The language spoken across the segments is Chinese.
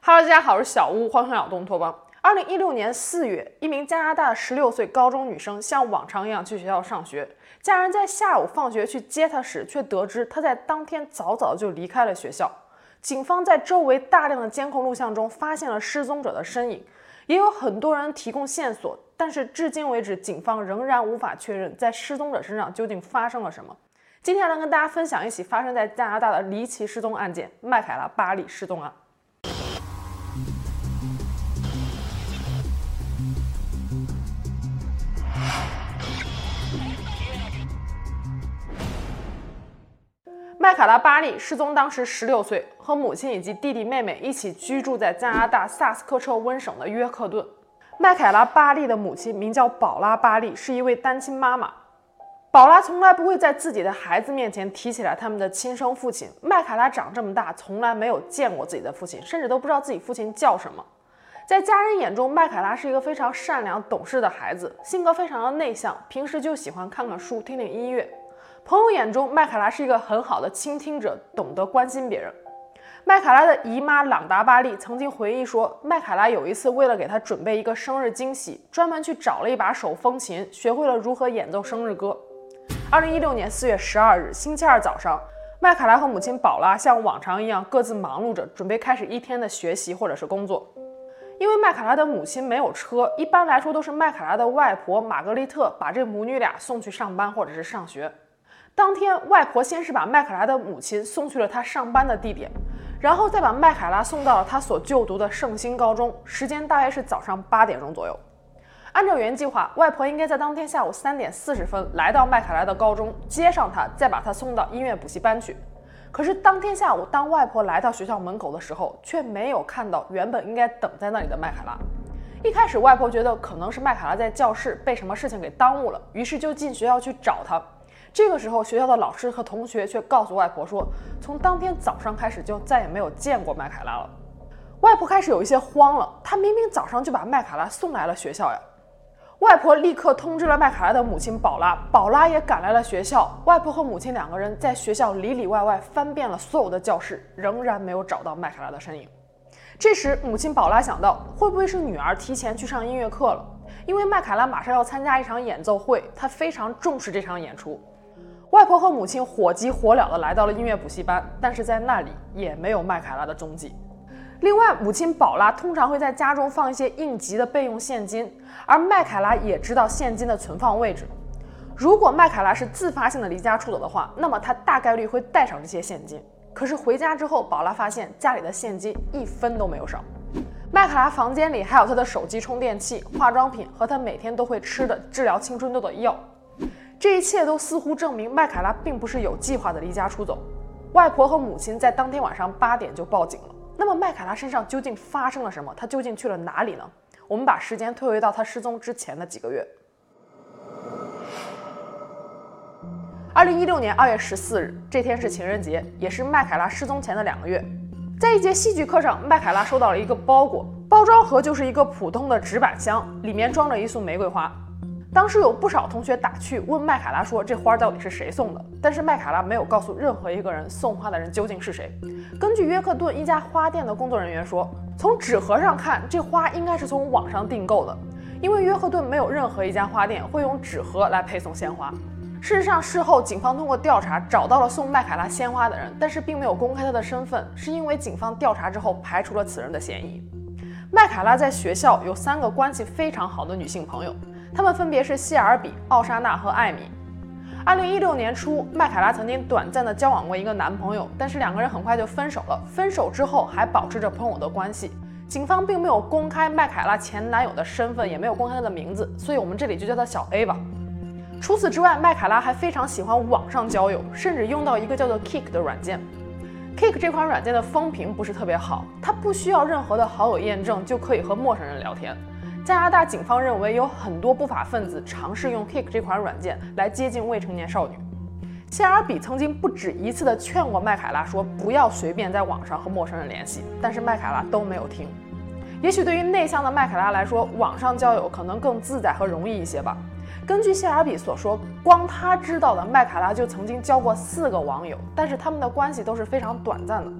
Hello， 大家好，我是小屋，欢迎来到东托邦。2016年4月，一名加拿大的16岁高中女生像往常一样去学校上学，家人在下午放学去接她时，却得知她在当天早早就离开了学校。警方在周围大量的监控录像中发现了失踪者的身影，也有很多人提供线索，但是至今为止，警方仍然无法确认在失踪者身上究竟发生了什么。今天来跟大家分享一起发生在加拿大的离奇失踪案件——麦凯拉·巴利失踪案。麦凯拉·巴利失踪当时16岁，和母亲以及弟弟妹妹一起居住在加拿大萨斯科彻温省的约克顿。麦凯拉·巴利的母亲名叫宝拉·巴利，是一位单亲妈妈。宝拉从来不会在自己的孩子面前提起来他们的亲生父亲。麦凯拉长这么大，从来没有见过自己的父亲，甚至都不知道自己父亲叫什么。在家人眼中，麦凯拉是一个非常善良懂事的孩子，性格非常的内向，平时就喜欢看看书，听听音乐。朋友眼中，麦凯拉是一个很好的倾听者，懂得关心别人。麦凯拉的姨妈朗达·巴利曾经回忆说，麦凯拉有一次为了给她准备一个生日惊喜，专门去找了一把手风琴，学会了如何演奏生日歌。2016年4月12日，星期二早上，麦凯拉和母亲宝拉像往常一样各自忙碌着，准备开始一天的学习或者是工作。因为麦凯拉的母亲没有车，一般来说都是麦凯拉的外婆玛格丽特把这母女俩送去上班或者是上学。当天，外婆先是把麦凯拉的母亲送去了她上班的地点，然后再把麦凯拉送到了她所就读的圣心高中，时间大约是早上8点钟左右。按照原计划，外婆应该在当天下午3点40分来到麦凯拉的高中，接上她，再把她送到音乐补习班去。可是当天下午，当外婆来到学校门口的时候，却没有看到原本应该等在那里的麦凯拉。一开始，外婆觉得可能是麦凯拉在教室被什么事情给耽误了，于是就进学校去找她。这个时候，学校的老师和同学却告诉外婆说，从当天早上开始就再也没有见过麦凯拉了。外婆开始有一些慌了，她明明早上就把麦凯拉送来了学校呀。外婆立刻通知了麦凯拉的母亲宝拉，宝拉也赶来了学校。外婆和母亲两个人在学校里里外外翻遍了所有的教室，仍然没有找到麦凯拉的身影。这时，母亲宝拉想到，会不会是女儿提前去上音乐课了？因为麦凯拉马上要参加一场演奏会，她非常重视这场演出。外婆和母亲火急火燎地来到了音乐补习班，但是在那里也没有麦凯拉的踪迹。另外，母亲宝拉通常会在家中放一些应急的备用现金，而麦凯拉也知道现金的存放位置。如果麦凯拉是自发性的离家出走的话，那么她大概率会带上这些现金。可是回家之后，宝拉发现家里的现金1分都没有少。麦凯拉房间里还有她的手机充电器、化妆品和她每天都会吃的治疗青春痘的药。这一切都似乎证明麦凯拉并不是有计划的离家出走。外婆和母亲在当天晚上8点就报警了。那么麦凯拉身上究竟发生了什么？她究竟去了哪里呢？我们把时间推回到她失踪之前的几个月。2016年2月14日，这天是情人节，也是麦凯拉失踪前的2个月。在一节戏剧课上，麦凯拉收到了一个包裹，包装盒就是一个普通的纸板箱，里面装着一束玫瑰花。当时有不少同学打趣问麦凯拉说，这花到底是谁送的？但是麦凯拉没有告诉任何一个人送花的人究竟是谁。根据约克顿一家花店的工作人员说，从纸盒上看，这花应该是从网上订购的，因为约克顿没有任何一家花店会用纸盒来配送鲜花。事实上，事后警方通过调查找到了送麦凯拉鲜花的人，但是并没有公开他的身份，是因为警方调查之后排除了此人的嫌疑。麦凯拉在学校有3个关系非常好的女性朋友，她们分别是谢尔比、奥莎娜和艾米。2016年初，麦凯拉曾经短暂的交往过一个男朋友，但是2个人很快就分手了。分手之后还保持着朋友的关系。警方并没有公开麦凯拉前男友的身份，也没有公开他的名字，所以我们这里就叫他小 A 吧。除此之外，麦凯拉还非常喜欢网上交友，甚至用到一个叫做 Kik 的软件。Kik 这款软件的风评不是特别好，它不需要任何的好友验证就可以和陌生人聊天。加拿大警方认为有很多不法分子尝试用 Kik 这款软件来接近未成年少女。谢尔比曾经不止一次地劝过麦凯拉说不要随便在网上和陌生人联系，但是麦凯拉都没有听。也许对于内向的麦凯拉来说，网上交友可能更自在和容易一些吧。根据谢尔比所说，光他知道的麦凯拉就曾经交过4个网友，但是他们的关系都是非常短暂的。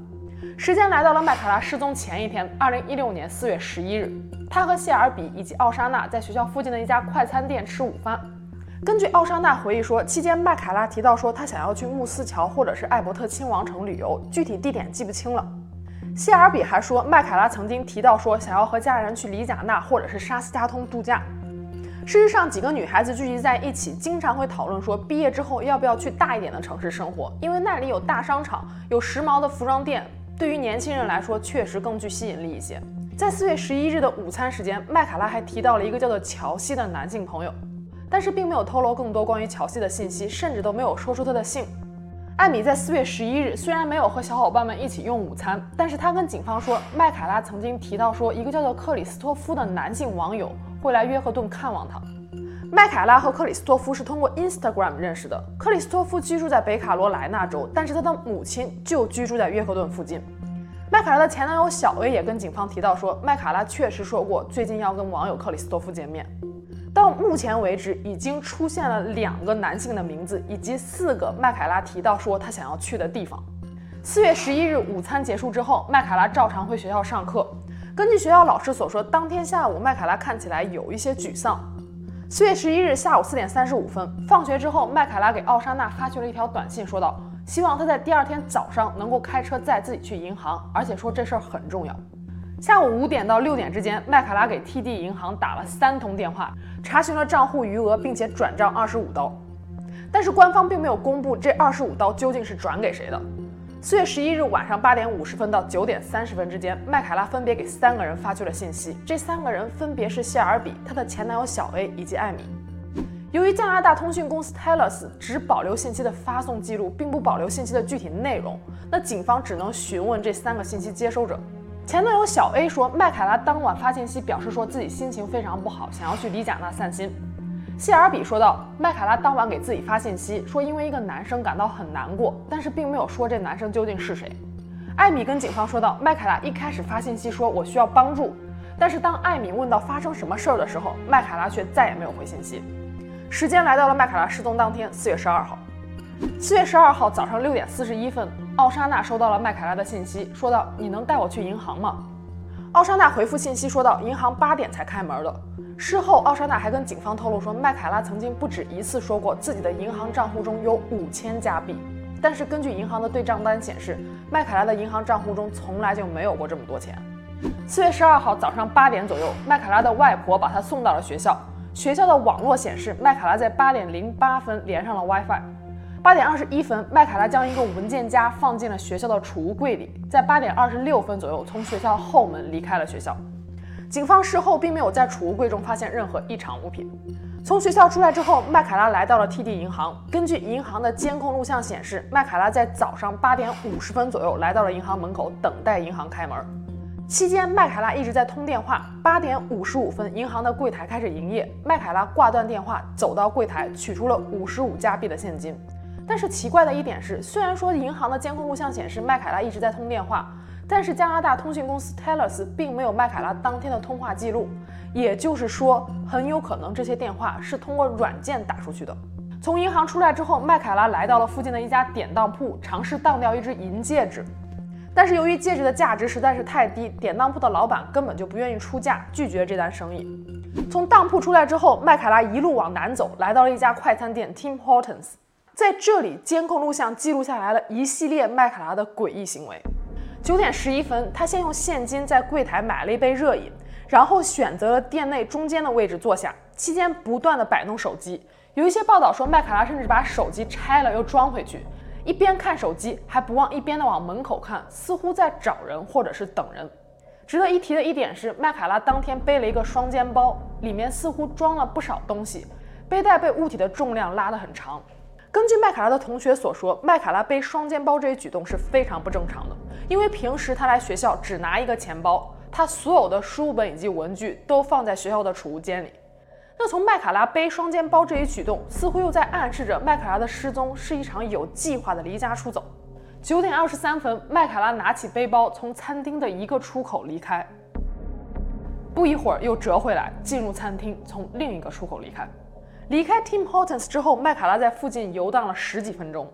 时间来到了麦卡拉失踪前一天，2016年4月11日，他和谢尔比以及奥莎娜在学校附近的一家快餐店吃午饭。根据奥莎娜回忆说，期间麦卡拉提到说他想要去穆斯桥或者是艾伯特亲王城旅游，具体地点记不清了。谢尔比还说，麦卡拉曾经提到说想要和家人去里贾纳或者是沙斯加通度假。事实上，几个女孩子聚集在一起，经常会讨论说毕业之后要不要去大一点的城市生活，因为那里有大商场，有时髦的服装店，对于年轻人来说确实更具吸引力一些。在4月11日的午餐时间，麦卡拉还提到了一个叫做乔西的男性朋友，但是并没有透露更多关于乔西的信息，甚至都没有说出他的姓。艾米在4月11日虽然没有和小伙伴们一起用午餐，但是他跟警方说，麦卡拉曾经提到说一个叫做克里斯托夫的男性网友会来约克顿看望他。麦卡拉和克里斯托夫是通过 Instagram 认识的。克里斯托夫居住在北卡罗来纳州，但是他的母亲就居住在约克顿附近。麦卡拉的前男友小 A 也跟警方提到说，麦卡拉确实说过最近要跟网友克里斯托夫见面。到目前为止，已经出现了2个男性的名字，以及4个麦卡拉提到说他想要去的地方。4月11日午餐结束之后，麦卡拉照常回学校上课。根据学校老师所说，当天下午麦卡拉看起来有一些沮丧。4月11日下午4点35分，放学之后，麦卡拉给奥莎娜发去了一条短信，说道希望她在第2天早上能够开车载自己去银行，而且说这事儿很重要。下午5点到6点之间，麦卡拉给 TD 银行打了3通电话，查询了账户余额，并且转账25刀。但是官方并没有公布这25刀究竟是转给谁的。4月11日晚上8点50分到9点30分之间，麦卡拉分别给3个人发去了信息，这3个人分别是谢尔比、她的前男友小 A 以及艾米。由于加拿大通讯公司 TELUS 只保留信息的发送记录，并不保留信息的具体内容，那警方只能询问这3个信息接收者。前男友小 A 说，麦卡拉当晚发信息表示说自己心情非常不好，想要去里贾纳散心。谢尔比说道，麦卡拉当晚给自己发信息说因为一个男生感到很难过，但是并没有说这男生究竟是谁。艾米跟警方说道，麦卡拉一开始发信息说我需要帮助，但是当艾米问到发生什么事儿的时候，麦卡拉却再也没有回信息。时间来到了麦卡拉失踪当天4月12号。4月12号早上6点41分，奥莎娜收到了麦卡拉的信息，说道你能带我去银行吗？奥莎娜回复信息说道银行8点才开门的。事后，奥莎娜还跟警方透露说，麦卡拉曾经不止一次说过自己的银行账户中有5000加币，但是根据银行的对账单显示，麦卡拉的银行账户中从来就没有过这么多钱。4月12号早上8点左右，麦卡拉的外婆把她送到了学校，学校的网络显示麦卡拉在8点08分连上了 WiFi。8点21分，麦卡拉将一个文件夹放进了学校的储物柜里，在8点26分左右从学校后门离开了学校。警方事后并没有在储物柜中发现任何异常物品。从学校出来之后，麦卡拉来到了 TD 银行。根据银行的监控录像显示，麦卡拉在早上8点50分左右来到了银行门口，等待银行开门。期间，麦卡拉一直在通电话。8点55分，银行的柜台开始营业，麦卡拉挂断电话，走到柜台取出了55加币的现金。但是奇怪的一点是，虽然说银行的监控录像显示麦卡拉一直在通电话，但是加拿大通讯公司 TELUS 并没有麦卡拉当天的通话记录，也就是说，很有可能这些电话是通过软件打出去的。从银行出来之后，麦卡拉来到了附近的一家典当铺，尝试当掉一只银戒指，但是由于戒指的价值实在是太低，典当铺的老板根本就不愿意出价，拒绝这单生意。从当铺出来之后，麦卡拉一路往南走，来到了一家快餐店 Tim Hortons。在这里，监控录像记录下来了一系列麦卡拉的诡异行为。9点11分，他先用现金在柜台买了一杯热饮，然后选择了店内中间的位置坐下，期间不断的摆弄手机。有一些报道说，麦卡拉甚至把手机拆了又装回去，一边看手机还不忘一边的往门口看，似乎在找人或者是等人。值得一提的一点是，麦卡拉当天背了一个双肩包，里面似乎装了不少东西，背带被物体的重量拉得很长。根据麦卡拉的同学所说，麦卡拉背双肩包这一举动是非常不正常的，因为平时他来学校只拿一个钱包，他所有的书本以及文具都放在学校的储物间里。那从麦卡拉背双肩包这一举动，似乎又在暗示着麦卡拉的失踪是一场有计划的离家出走。9点23分，麦卡拉拿起背包从餐厅的一个出口离开，不一会儿又折回来进入餐厅，从另一个出口离开。离开 Tim Hortons 之后，麦卡拉在附近游荡了10几分钟。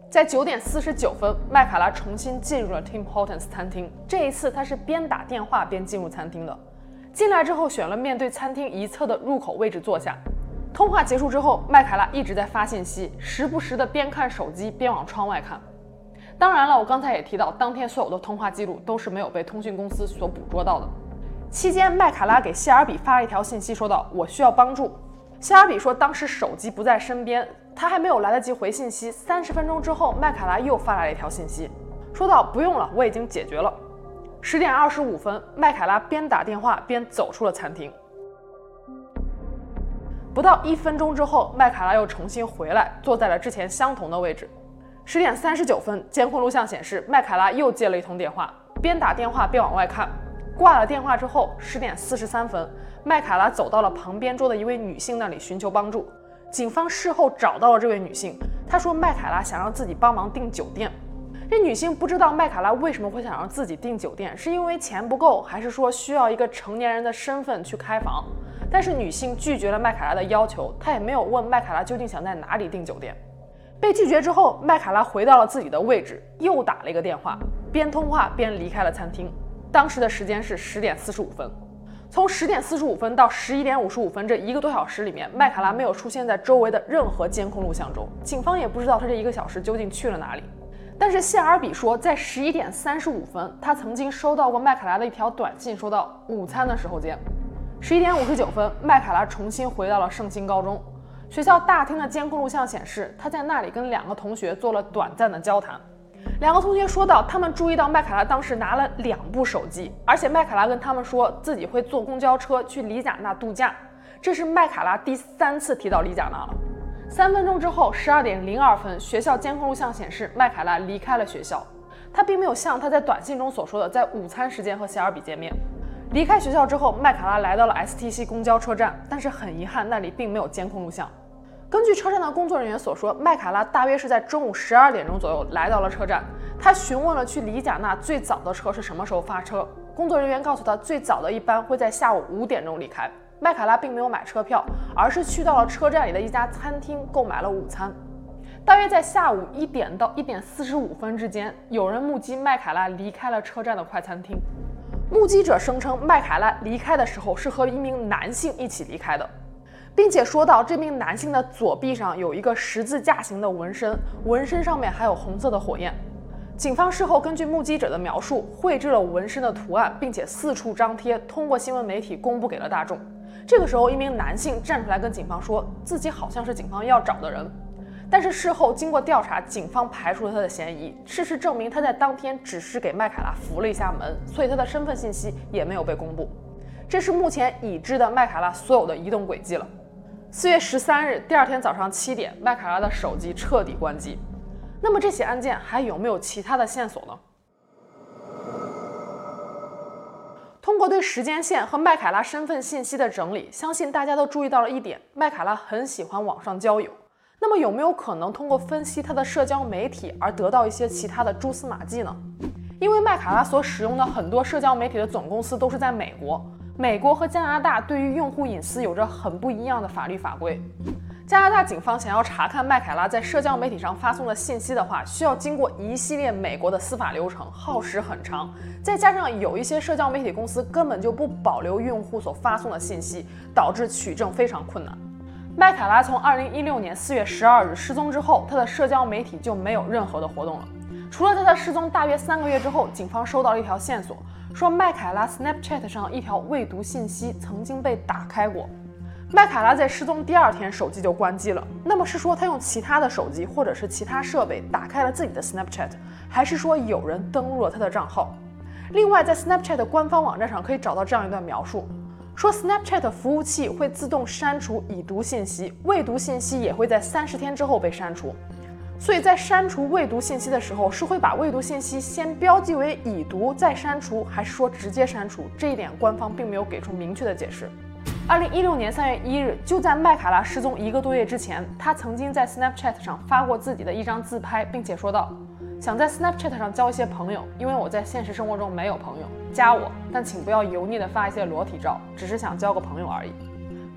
在9点49分，麦卡拉重新进入了 Tim Hortons 餐厅。这一次，他是边打电话边进入餐厅的。进来之后，选了面对餐厅一侧的入口位置坐下。通话结束之后，麦卡拉一直在发信息，时不时的边看手机边往窗外看。当然了，我刚才也提到，当天所有的通话记录都是没有被通讯公司所捕捉到的。期间，麦卡拉给谢尔比发了一条信息，说道：“我需要帮助。”谢尔比说，当时手机不在身边，他还没有来得及回信息。30分钟之后，麦卡拉又发来了一条信息，说道：“不用了，我已经解决了。”10点25分，麦卡拉边打电话边走出了餐厅。不到1分钟之后，麦卡拉又重新回来，坐在了之前相同的位置。10点39分，监控录像显示，麦卡拉又接了一通电话，边打电话边往外看。挂了电话之后，10点43分，麦卡拉走到了旁边桌的一位女性那里寻求帮助。警方事后找到了这位女性，她说麦卡拉想让自己帮忙订酒店。这女性不知道麦卡拉为什么会想让自己订酒店，是因为钱不够，还是说需要一个成年人的身份去开房？但是女性拒绝了麦卡拉的要求，她也没有问麦卡拉究竟想在哪里订酒店。被拒绝之后，麦卡拉回到了自己的位置，又打了一个电话，边通话边离开了餐厅。当时的时间是10点45分。从10点45分到11点55分这1个多小时里面，麦卡拉没有出现在周围的任何监控录像中，警方也不知道他这1个小时究竟去了哪里。但是谢尔比说，在11点35分，他曾经收到过麦卡拉的一条短信，说到午餐的时候见。11点59分，麦卡拉重新回到了圣心高中学校大厅的监控录像显示，他在那里跟2个同学做了短暂的交谈。2个同学说到，他们注意到麦卡拉当时拿了2部手机，而且麦卡拉跟他们说自己会坐公交车去里贾纳度假。这是麦卡拉第3次提到里贾纳了。3分钟之后，12点02分，学校监控录像显示麦卡拉离开了学校。他并没有像他在短信中所说的在午餐时间和谢尔比见面。离开学校之后，麦卡拉来到了 STC 公交车站，但是很遗憾，那里并没有监控录像。根据车站的工作人员所说，麦卡拉大约是在中午12点钟左右来到了车站。他询问了去里贾纳最早的车是什么时候发车，工作人员告诉他，最早的一班会在下午5点钟离开。麦卡拉并没有买车票，而是去到了车站里的一家餐厅购买了午餐。大约在下午1点到1点45分之间，有人目击麦卡拉离开了车站的快餐厅。目击者声称，麦卡拉离开的时候是和一名男性一起离开的，并且说到这名男性的左臂上有一个十字架形的纹身，纹身上面还有红色的火焰。警方事后根据目击者的描述绘制了纹身的图案，并且4处张贴，通过新闻媒体公布给了大众。这个时候，一名男性站出来跟警方说自己好像是警方要找的人，但是事后经过调查，警方排除了他的嫌疑。事实证明，他在当天只是给麦卡拉扶了一下门，所以他的身份信息也没有被公布。这是目前已知的麦卡拉所有的移动轨迹了。4月13日，第2天早上7点，麦卡拉的手机彻底关机。那么这起案件还有没有其他的线索呢？通过对时间线和麦卡拉身份信息的整理，相信大家都注意到了一点，麦卡拉很喜欢网上交友。那么有没有可能通过分析他的社交媒体而得到一些其他的蛛丝马迹呢？因为麦卡拉所使用的很多社交媒体的总公司都是在美国，美国和加拿大对于用户隐私有着很不一样的法律法规。加拿大警方想要查看麦卡拉在社交媒体上发送的信息的话，需要经过一系列美国的司法流程，耗时很长。再加上有一些社交媒体公司根本就不保留用户所发送的信息，导致取证非常困难。麦卡拉从2016年4月12日失踪之后，他的社交媒体就没有任何的活动了。除了在他失踪大约3个月之后，警方收到了一条线索，说麦卡拉 Snapchat 上一条未读信息曾经被打开过。麦卡拉在失踪第2天手机就关机了，那么是说他用其他的手机或者是其他设备打开了自己的 Snapchat， 还是说有人登录了他的账号？另外，在 Snapchat 的官方网站上可以找到这样一段描述，说 Snapchat 服务器会自动删除已读信息，未读信息也会在30天之后被删除。所以在删除未读信息的时候，是会把未读信息先标记为已读再删除，还是说直接删除？这一点官方并没有给出明确的解释。2016年3月1日，就在麦卡拉失踪1个多月之前，他曾经在 Snapchat 上发过自己的一张自拍，并且说道，想在 Snapchat 上交一些朋友，因为我在现实生活中没有朋友，加我，但请不要油腻的发一些裸体照，只是想交个朋友而已。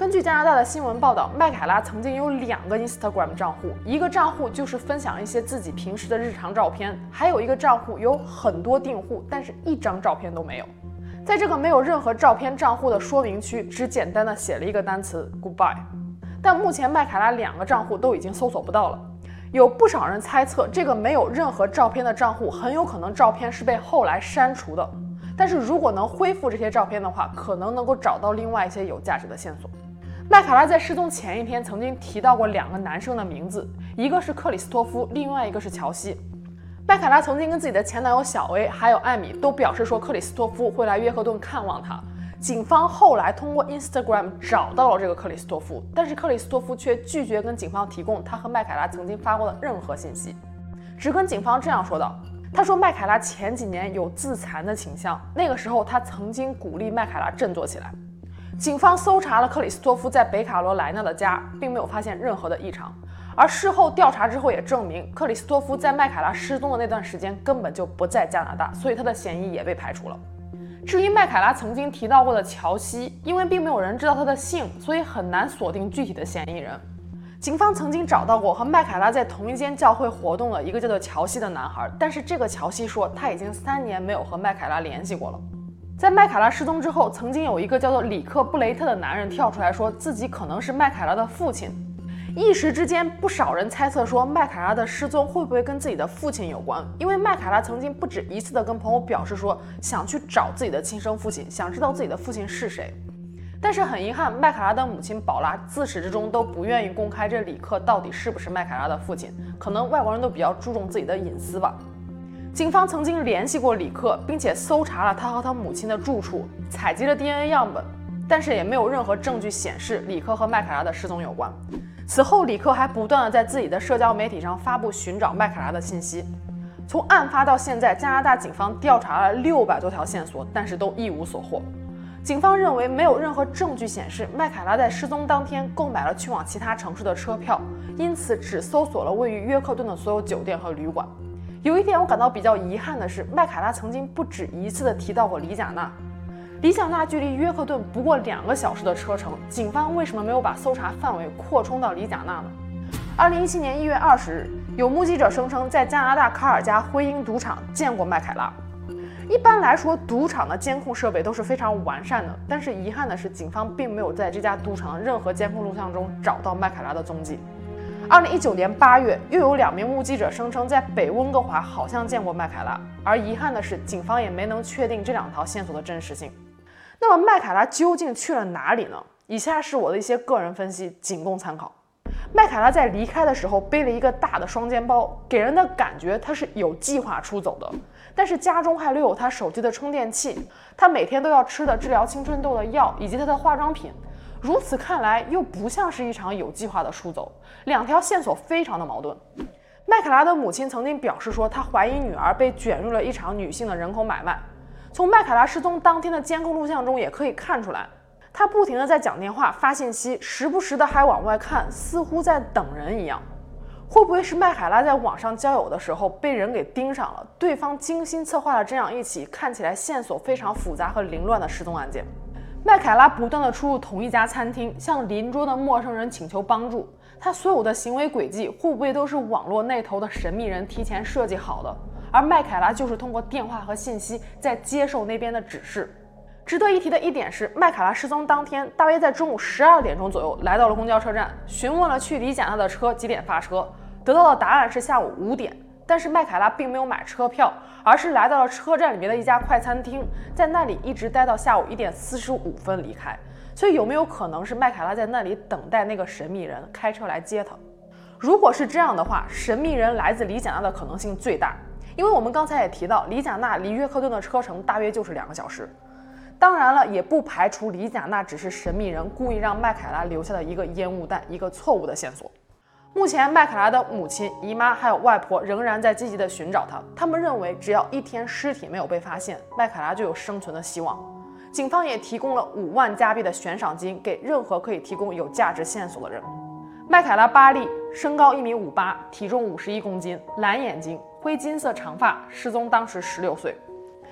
根据加拿大的新闻报道，麦凯拉曾经有2个 Instagram 账户，一个账户就是分享一些自己平时的日常照片，还有一个账户有很多订户，但是一张照片都没有。在这个没有任何照片账户的说明区，只简单的写了一个单词 Goodbye。但目前麦凯拉2个账户都已经搜索不到了。有不少人猜测，这个没有任何照片的账户很有可能照片是被后来删除的。但是如果能恢复这些照片的话，可能能够找到另外一些有价值的线索。麦凯拉在失踪前一天曾经提到过2个男生的名字，一个是克里斯托夫，另外一个是乔西。麦凯拉曾经跟自己的前男友小 A 还有艾米都表示说克里斯托夫会来约克顿看望他。警方后来通过 Instagram 找到了这个克里斯托夫，但是克里斯托夫却拒绝跟警方提供他和麦凯拉曾经发过的任何信息，只跟警方这样说道：他说麦凯拉前几年有自残的倾向，那个时候他曾经鼓励麦凯拉振作起来。警方搜查了克里斯托夫在北卡罗来纳的家，并没有发现任何的异常。而事后调查之后也证明，克里斯托夫在麦凯拉失踪的那段时间根本就不在加拿大，所以他的嫌疑也被排除了。至于麦凯拉曾经提到过的乔西，因为并没有人知道他的姓，所以很难锁定具体的嫌疑人。警方曾经找到过和麦凯拉在同一间教会活动的一个叫做乔西的男孩，但是这个乔西说他已经3年没有和麦凯拉联系过了。在麦凯拉失踪之后，曾经有一个叫做里克布雷特的男人跳出来说自己可能是麦凯拉的父亲。一时之间，不少人猜测说麦凯拉的失踪会不会跟自己的父亲有关，因为麦凯拉曾经不止一次的跟朋友表示说想去找自己的亲生父亲，想知道自己的父亲是谁。但是很遗憾，麦凯拉的母亲宝拉自始至终都不愿意公开这里克到底是不是麦凯拉的父亲，可能外国人都比较注重自己的隐私吧。警方曾经联系过里克，并且搜查了他和他母亲的住处，采集了 DNA 样本，但是也没有任何证据显示里克和麦凯拉的失踪有关。此后，里克还不断地在自己的社交媒体上发布寻找麦凯拉的信息。从案发到现在，加拿大警方调查了600多条线索，但是都一无所获。警方认为没有任何证据显示麦凯拉在失踪当天购买了去往其他城市的车票，因此只搜索了位于约克顿的所有酒店和旅馆。有一点我感到比较遗憾的是，麦凯拉曾经不止一次地提到过里贾纳。里贾纳距离约克顿不过2个小时的车程，警方为什么没有把搜查范围扩充到里贾纳呢？2017年1月20日，有目击者声称在加拿大卡尔加灰鹰赌场见过麦凯拉。一般来说，赌场的监控设备都是非常完善的，但是遗憾的是，警方并没有在这家赌场的任何监控录像中找到麦凯拉的踪迹。2019年8月，又有2名目击者声称在北温哥华好像见过麦凯拉，而遗憾的是，警方也没能确定这2条线索的真实性。那么麦凯拉究竟去了哪里呢？以下是我的一些个人分析，仅供参考。麦凯拉在离开的时候背了一个大的双肩包，给人的感觉他是有计划出走的。但是家中还留有他手机的充电器，他每天都要吃的治疗青春痘的药，以及他的化妆品。如此看来，又不像是一场有计划的出走，2条线索非常的矛盾。麦凯拉的母亲曾经表示说，她怀疑女儿被卷入了一场女性的人口买卖。从麦凯拉失踪当天的监控录像中也可以看出来，她不停地在讲电话、发信息，时不时的还往外看，似乎在等人一样。会不会是麦凯拉在网上交友的时候被人给盯上了，对方精心策划了这样一起看起来线索非常复杂和凌乱的失踪案件？麦凯拉不断地出入同一家餐厅，向邻桌的陌生人请求帮助，他所有的行为轨迹会不会都是网络那头的神秘人提前设计好的？而麦凯拉就是通过电话和信息在接受那边的指示。值得一提的一点是，麦凯拉失踪当天大约在中午12点钟左右来到了公交车站，询问了去里贾纳的车几点发车，得到的答案是下午5点。但是麦凯拉并没有买车票，而是来到了车站里面的一家快餐厅，在那里一直待到下午1点45分离开。所以有没有可能是麦凯拉在那里等待那个神秘人开车来接他？如果是这样的话，神秘人来自里贾纳的可能性最大。因为我们刚才也提到，里贾纳离约克顿的车程大约就是2个小时。当然了，也不排除里贾纳只是神秘人故意让麦凯拉留下的一个烟雾弹，一个错误的线索。目前麦凯拉的母亲、姨妈还有外婆仍然在积极的寻找他，他们认为只要1天尸体没有被发现，麦凯拉就有生存的希望。警方也提供了5万加币的悬赏金给任何可以提供有价值线索的人。麦凯拉·巴利身高1.58米，体重51公斤，蓝眼睛，灰金色长发，失踪当时16岁。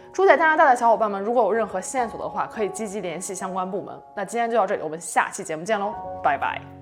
住在加拿大的小伙伴们，如果有任何线索的话，可以积极联系相关部门。那今天就到这里，我们下期节目见喽，拜拜。